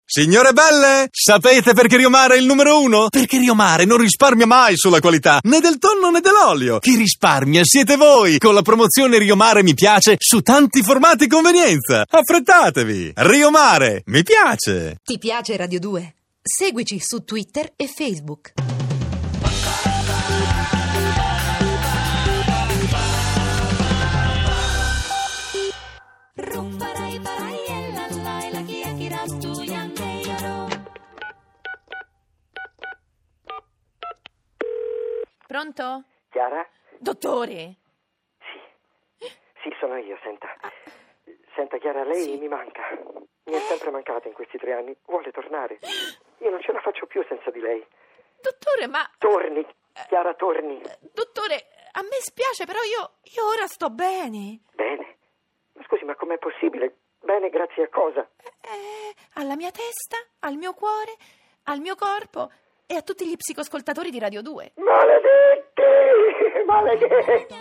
Signore belle, sapete perché Rio Mare è il numero 1? Perché Rio Mare non risparmia mai sulla qualità, né del tonno né dell'olio. Chi risparmia siete voi, con la promozione Rio Mare mi piace su tanti formati convenienza. Affrettatevi! Rio Mare, mi piace! Ti piace Radio 2? Seguici su Twitter e Facebook. Pronto? Chiara? Dottore? Sì, sono io, senta. Senta, Chiara, lei Sì. mi manca. Mi è sempre mancata in questi 3 anni. Vuole tornare? Io non ce la faccio più senza di lei. Dottore, ma... Torni, Chiara, torni. Dottore, a me spiace, però io ora sto bene. Bene? Ma scusi, ma com'è possibile? Bene grazie a cosa? Alla mia testa, al mio cuore, al mio corpo e a tutti gli psicoscoltatori di Radio 2. Maledetti! Maledetti!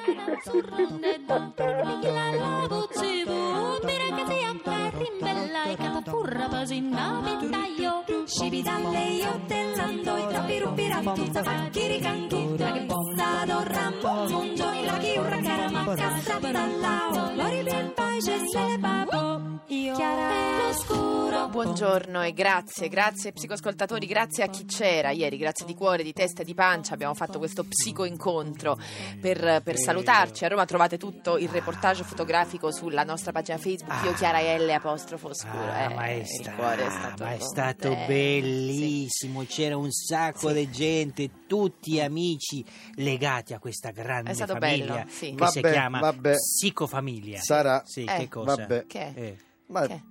Buongiorno e grazie psicoscoltatori, grazie a chi c'era ieri, grazie di cuore, di testa e di pancia. Abbiamo fatto questo psicoincontro per salutarci. A Roma trovate tutto il reportage fotografico sulla nostra pagina Facebook, Io Chiara L _oscuro. Ma è stato bellissimo, sì. C'era un sacco di gente, tutti amici legati a questa grande famiglia, bello, sì. che si chiama psicofamiglia. Sara, sì, che cosa? Vabbè. Che? Ma Che?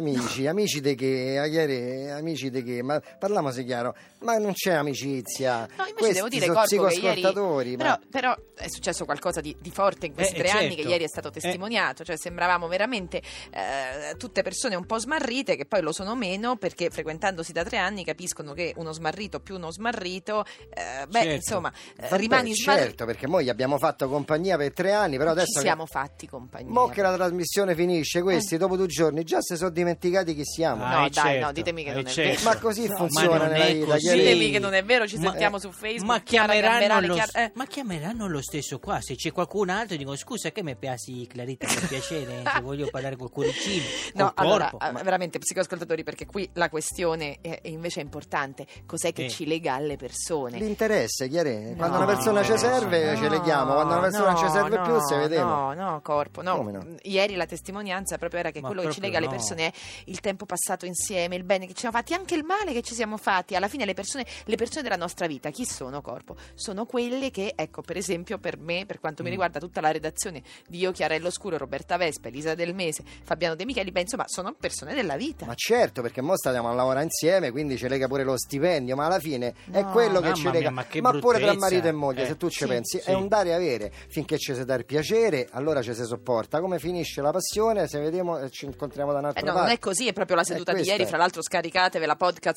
amici di che? Amici di che? Ma parliamo se chiaro, ma non c'è amicizia. No, invece Questi devo dire, sono Corpo, che ieri psicoscoltatori, però è successo qualcosa di forte in questi 3 anni, che certo. ieri è stato testimoniato. Cioè sembravamo veramente tutte persone un po' smarrite, che poi lo sono meno, perché frequentandosi da 3 anni capiscono che uno smarrito più uno smarrito, Certo. insomma, Vabbè, rimani smarrito. certo, perché noi gli abbiamo fatto compagnia per 3 anni, però adesso Ci siamo fatti compagnia. mo che la trasmissione finisce, questi dopo 2 giorni già si sono dimenticati chi siamo. No, dai, certo, no, ditemi che non è certo. vero. Ma così No, funziona ma non nella è vita. così. Ditemi che non è vero, ci sentiamo su Facebook. Ma Chiara chiameranno, Gamberale, ma chiameranno lo stesso qua. Se c'è qualcun altro dico scusa, che mi piaci Clarita, per piacere, se voglio parlare col cuoricino. No, col allora, corpo. veramente psicoscoltatori, perché qui la questione è invece importante. Cos'è che ci lega alle persone? L'interesse, Chiare. Quando No, una persona ci serve, ce leghiamo. Quando una persona non ci serve più, se vediamo. No, Corpo, no. Come no? Ieri la testimonianza proprio era che Ma quello che ci lega proprio alle no. persone è il tempo passato insieme, il bene che ci siamo fatti, anche il male che ci siamo fatti. Alla fine le persone della nostra vita, chi sono, Corpo? Sono quelle che, ecco, per esempio per me, per quanto mi riguarda, tutta la redazione di Io Chiara Oscuro, Roberta Vespa, Elisa Del Mese, Fabiano De Micheli, insomma, sono persone della vita. Ma certo, perché mo stiamo a lavorare insieme, quindi ci lega pure lo stipendio, ma alla fine è quello che mamma ci mia, lega. ma che Ma pure tra bruttezza. marito e moglie, se tu ci sì, pensi, sì. è un dare e avere. Finché ci si dà il piacere, allora ci si sopporta. Come finisce la passione, se vediamo ci incontriamo da un'altra No, parte. non è così, è proprio la seduta di questo ieri. è. Fra l'altro scaricatevela,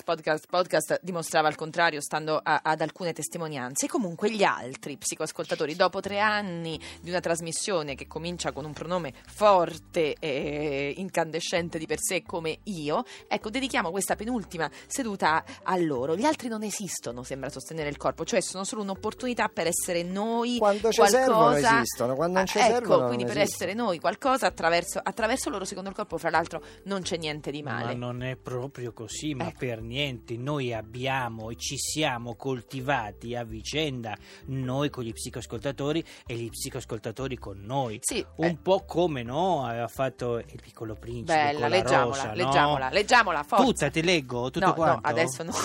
podcast dimostrava il contrario, stando ad alcune testimonianze. E comunque gli altri psicoascoltatori, dopo 3 anni di una trasmissione che comincia con un pronome forte e incandescente di per sé come io, ecco, dedichiamo questa penultima seduta a loro. Gli altri non esistono, sembra sostenere il Corpo, cioè sono solo un'opportunità per essere noi Quando ci qualcosa. servono esistono, quando non ci servono non quindi per esistono. essere noi qualcosa attraverso loro, secondo il Corpo, fra l'altro non c'è niente di male. Ma non è proprio così, ma Ecco. per niente. Noi abbiamo e ci siamo coltivati a vicenda, noi con gli psicoascoltatori e gli psicoascoltatori con noi. Sì, Un po' come aveva fatto Il Piccolo Principe. bella, con la leggiamola, rosa, leggiamola, forza. Tutta, te leggo? Tutto no, quanto? adesso no.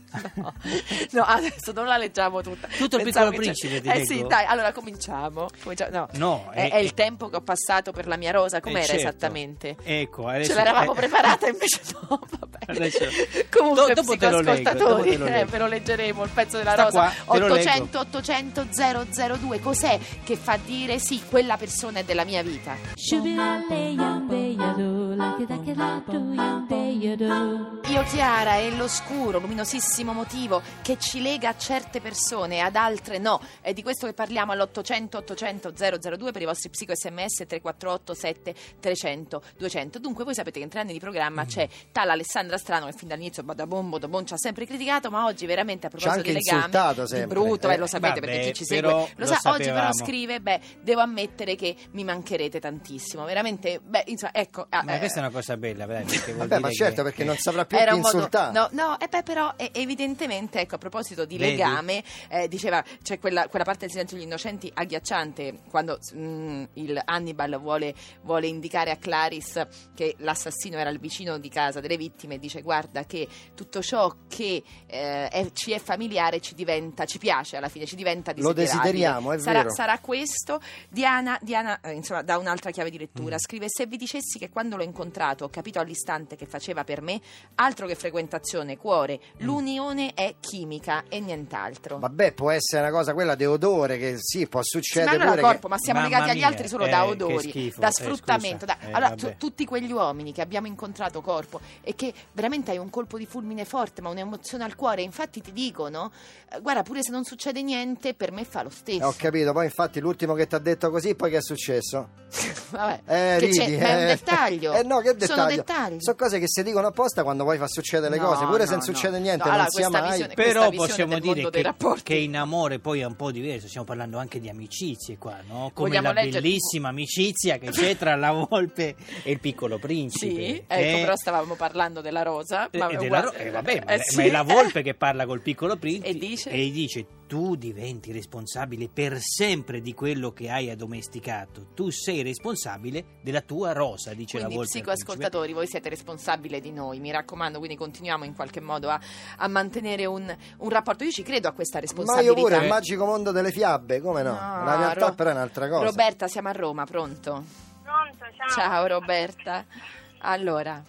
No, adesso non la leggiamo tutta. Tutto Il Pensavo Piccolo che Principe ti sì, leggo? dai, allora cominciamo. No, è il tempo che ho passato per la mia rosa. Com'era certo. esattamente? Ecco, adesso, Ce l'eravamo preparata, invece no, va bene. Adesso- Comunque, dopo te lo leggo, psicoascoltatori, dopo te lo leggo. ve lo leggeremo il pezzo della Sta rosa. qua, te lo 800 800 002. Cos'è che fa dire sì, quella persona è della mia vita? Shubila leya beya dola Io Chiara è l'oscuro, luminosissimo motivo che ci lega a certe persone e ad altre no. È di questo che parliamo all'800 800 002 per i vostri psico sms 348 7300 200. Dunque voi sapete che in 3 anni di programma c'è tale Alessandra Strano che fin dall'inizio Badabon ci ha sempre criticato, ma oggi veramente a proposito di legame di brutto, lo sapete perché chi ci segue lo sa. Oggi però scrive: devo ammettere che mi mancherete tantissimo, veramente, insomma, ecco. Ma questa è una cosa bella, perché vuol ma dire certo, perché non saprà più chi insultare. Però evidentemente, ecco, a proposito di legame, diceva, c'è quella parte del Silenzio degli Innocenti agghiacciante, quando il Hannibal vuole indicare a Clarice che l'assassino era il vicino di casa delle vittime, e dice: guarda che tutto ciò che ci è familiare ci piace alla fine, ci diventa desiderabile. Lo desideriamo, è vero. Sarà questo. Diana insomma, dà un'altra chiave di lettura, scrive: se vi dicessi che quando l'ho incontrato ho capito all'istante che faceva per me, altro che frequentazione, cuore, l'unione è chimica e nient'altro. Vabbè, può essere una cosa quella di odore, che sì, può succedere, ma non pure corpo, ma siamo legati agli altri solo da odori, schifo, da sfruttamento. Allora, vabbè. tutti quegli uomini che abbiamo incontrato corpo e che veramente hai un colpo di fulmine forte, ma un'emozione al cuore, infatti ti dicono: guarda, pure se non succede niente, per me fa lo stesso. Ho capito, poi infatti l'ultimo che ti ha detto così, poi che è successo? Vabbè, ridi, ma è un dettaglio. No, che dettaglio? Sono dettagli. Sono cose che si dicono apposta quando poi fa succedere le cose, pure se non succede niente, non sia mai. Però possiamo dire che in amore poi è un po' diverso, stiamo parlando anche di amicizie qua, no? Come vogliamo la bellissima amicizia che c'è tra la Volpe e il Piccolo Principe. Sì, però stavamo parlando della Rosa. Ma è la Volpe che parla col Piccolo Principe e dice? E gli dice: tu diventi responsabile per sempre di quello che hai addomesticato, tu sei responsabile della tua Rosa, dice quindi, la Volpe. Psicoascoltatori, voi siete responsabili di noi, mi raccomando, quindi continuiamo in qualche modo a mantenere un rapporto. Io ci credo a questa responsabilità. Ma io pure, il magico mondo delle fiabe, come no? La realtà però è un'altra cosa. Roberta, siamo a Roma, pronto? Pronto, ciao. Ciao Roberta. Allora,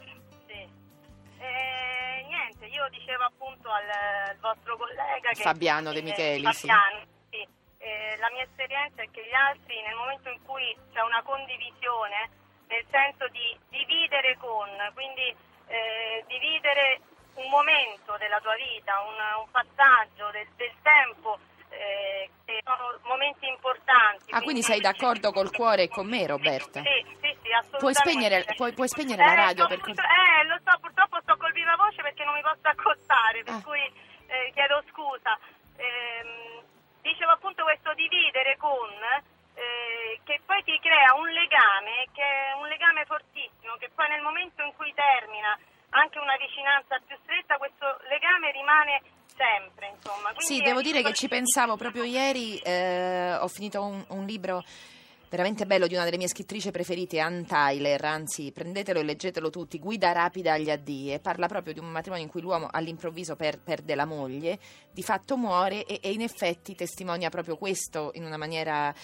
niente, io dicevo appunto al vostro collega che Fabiano De Micheli, Fabiano, sì. La mia esperienza è che gli altri, nel momento in cui c'è una condivisione, nel senso di dividere quindi dividere un momento della tua vita, un passaggio del tempo, che sono momenti importanti. Quindi sei d'accordo col cuore e con me, Roberta? Sì, assolutamente. Puoi spegnere la radio? Lo so, purtroppo sto col viva voce perché non mi posso accostare, per cui chiedo scusa. Dicevo appunto questo dividere che poi ti crea un legame, che è un legame fortissimo, che poi nel momento in cui termina anche una vicinanza più stretta, questo legame rimane sempre, insomma. Sì, devo dire che ci pensavo proprio ieri, ho finito un libro veramente bello di una delle mie scrittrici preferite, Ann Tyler, anzi prendetelo e leggetelo tutti, Guida rapida agli addii, e parla proprio di un matrimonio in cui l'uomo all'improvviso perde la moglie, di fatto muore e in effetti testimonia proprio questo in una maniera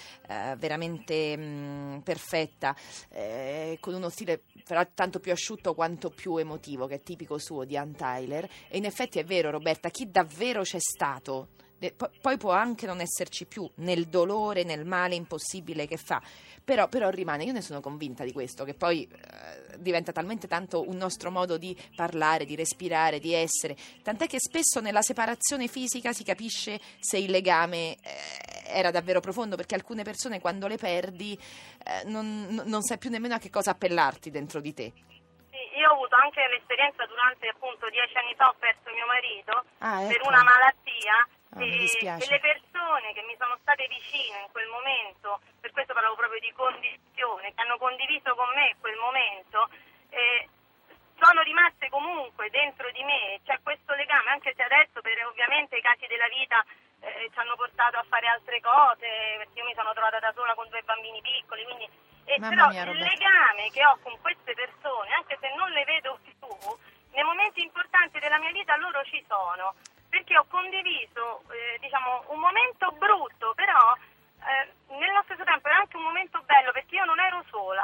veramente perfetta, con uno stile però tanto più asciutto quanto più emotivo, che è tipico suo di Ann Tyler. E in effetti è vero, Roberta, chi davvero c'è stato poi può anche non esserci più nel dolore, nel male impossibile che fa, però rimane. Io ne sono convinta di questo, che poi diventa talmente tanto un nostro modo di parlare, di respirare, di essere, tant'è che spesso nella separazione fisica si capisce se il legame era davvero profondo, perché alcune persone quando le perdi non sai più nemmeno a che cosa appellarti dentro di te. Io ho avuto anche l'esperienza durante appunto 10 anni fa, ho perso mio marito per ecco. una malattia, mi dispiace. e le persone che mi sono state vicine in quel momento, per questo parlavo proprio di condivisione, che hanno condiviso con me quel momento, sono rimaste comunque dentro di me. C'è questo legame, anche se adesso per ovviamente i casi della vita ci hanno portato a fare altre cose, perché io mi sono trovata da sola con 2 bambini piccoli, quindi però il legame che ho con queste persone, anche se non le vedo più, nei momenti importanti della mia vita loro ci sono, perché ho condiviso un momento brutto, però nello stesso tempo è anche un momento bello, perché io non ero sola.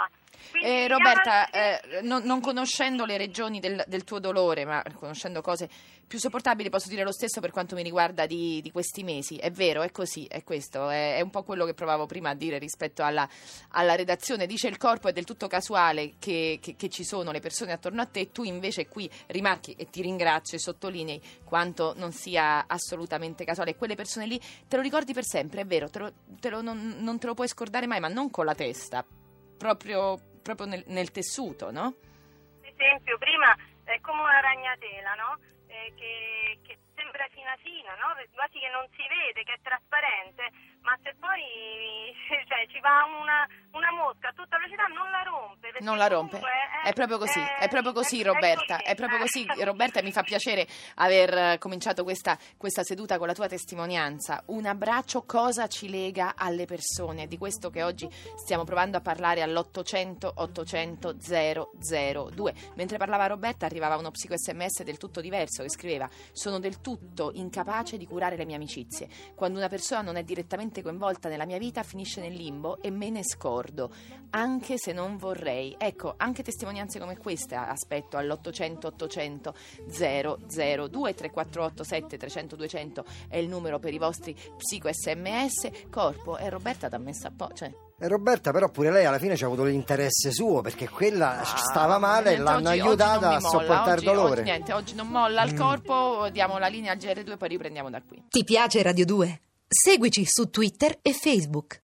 Quindi Roberta, non conoscendo le regioni del tuo dolore, ma conoscendo cose più sopportabili, posso dire lo stesso per quanto mi riguarda di questi mesi. È vero, è così, è questo, è un po' quello che provavo prima a dire rispetto alla redazione. Dice il corpo è del tutto casuale che ci sono le persone attorno a te, tu invece qui rimarchi e ti ringrazio e sottolinei quanto non sia assolutamente casuale. Quelle persone lì te lo ricordi per sempre, è vero, non te lo puoi scordare mai, ma non con la testa, proprio nel tessuto, no? Per esempio, prima è come una ragnatela, no? Che sembra fina, no? Quasi che non si vede, che è trasparente, ma se poi ci va una mosca a tutta velocità non la rompe. Non la rompe, è proprio così Roberta, è proprio così Roberta, e mi fa piacere aver cominciato questa seduta con la tua testimonianza. Un abbraccio cosa ci lega alle persone? Di questo che oggi stiamo provando a parlare all'800 800 002. Mentre parlava Roberta arrivava uno psico SMS del tutto diverso che scriveva: sono del tutto incapace di curare le mie amicizie. Quando una persona non è direttamente coinvolta nella mia vita finisce nel limbo e me ne scordo, anche se non vorrei. Ecco, anche testimonianze come queste aspetto all'800 800 002. 348 7300 200 è il numero per i vostri psico SMS. Corpo, e Roberta t'ha messa a po', E Roberta però pure lei alla fine c'ha avuto l'interesse suo, perché quella stava male e l'hanno aiutata a sopportare il dolore. Oggi non molla il corpo, diamo la linea al GR2 poi riprendiamo da qui. Ti piace Radio 2? Seguici su Twitter e Facebook.